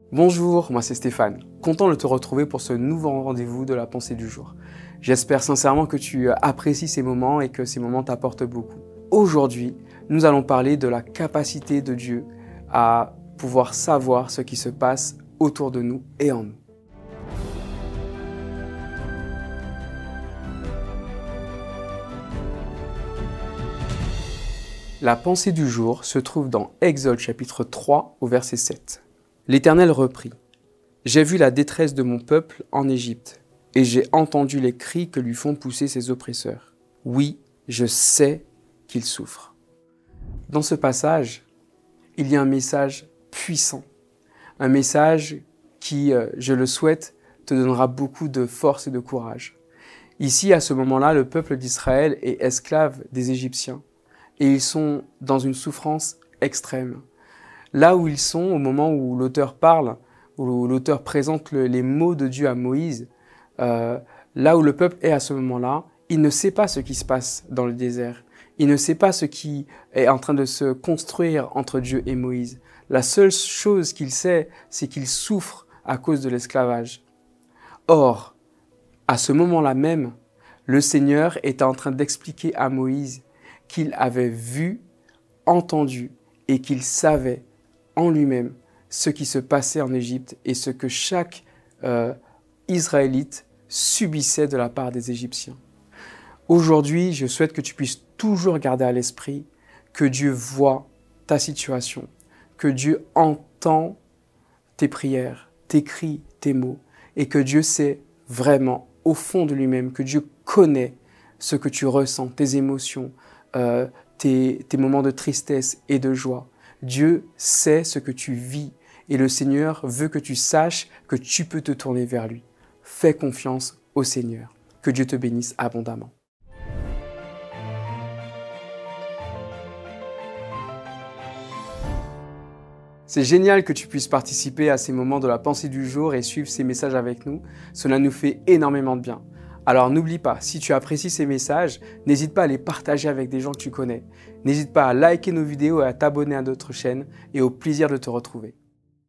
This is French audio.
Bonjour, moi c'est Stéphane, content de te retrouver pour ce nouveau rendez-vous de la pensée du jour. J'espère sincèrement que tu apprécies ces moments et que ces moments t'apportent beaucoup. Aujourd'hui, nous allons parler de la capacité de Dieu à pouvoir savoir ce qui se passe autour de nous et en nous. La pensée du jour se trouve dans Exode chapitre 3 au verset 7. L'Éternel reprit : « J'ai vu la détresse de mon peuple en Égypte, et j'ai entendu les cris que lui font pousser ses oppresseurs. Oui, je sais qu'il souffre. » Dans ce passage, il y a un message puissant, un message qui, je le souhaite, te donnera beaucoup de force et de courage. Ici, à ce moment-là, le peuple d'Israël est esclave des Égyptiens, et ils sont dans une souffrance extrême. Là où ils sont, au moment où l'auteur parle, où l'auteur présente les mots de Dieu à Moïse, là où le peuple est à ce moment-là, il ne sait pas ce qui se passe dans le désert. Il ne sait pas ce qui est en train de se construire entre Dieu et Moïse. La seule chose qu'il sait, c'est qu'il souffre à cause de l'esclavage. Or, à ce moment-là même, le Seigneur est en train d'expliquer à Moïse qu'il avait vu, entendu et qu'il savait en lui-même ce qui se passait en Égypte et ce que chaque Israélite subissait de la part des Égyptiens. Aujourd'hui, je souhaite que tu puisses toujours garder à l'esprit que Dieu voit ta situation, que Dieu entend tes prières, tes cris, tes mots, et que Dieu sait vraiment au fond de lui-même, que Dieu connaît ce que tu ressens, tes émotions, tes moments de tristesse et de joie. Dieu sait ce que tu vis et le Seigneur veut que tu saches que tu peux te tourner vers lui. Fais confiance au Seigneur. Que Dieu te bénisse abondamment. C'est génial que tu puisses participer à ces moments de la pensée du jour et suivre ces messages avec nous. Cela nous fait énormément de bien. Alors n'oublie pas, si tu apprécies ces messages, n'hésite pas à les partager avec des gens que tu connais. N'hésite pas à liker nos vidéos et à t'abonner à notre chaîne et au plaisir de te retrouver.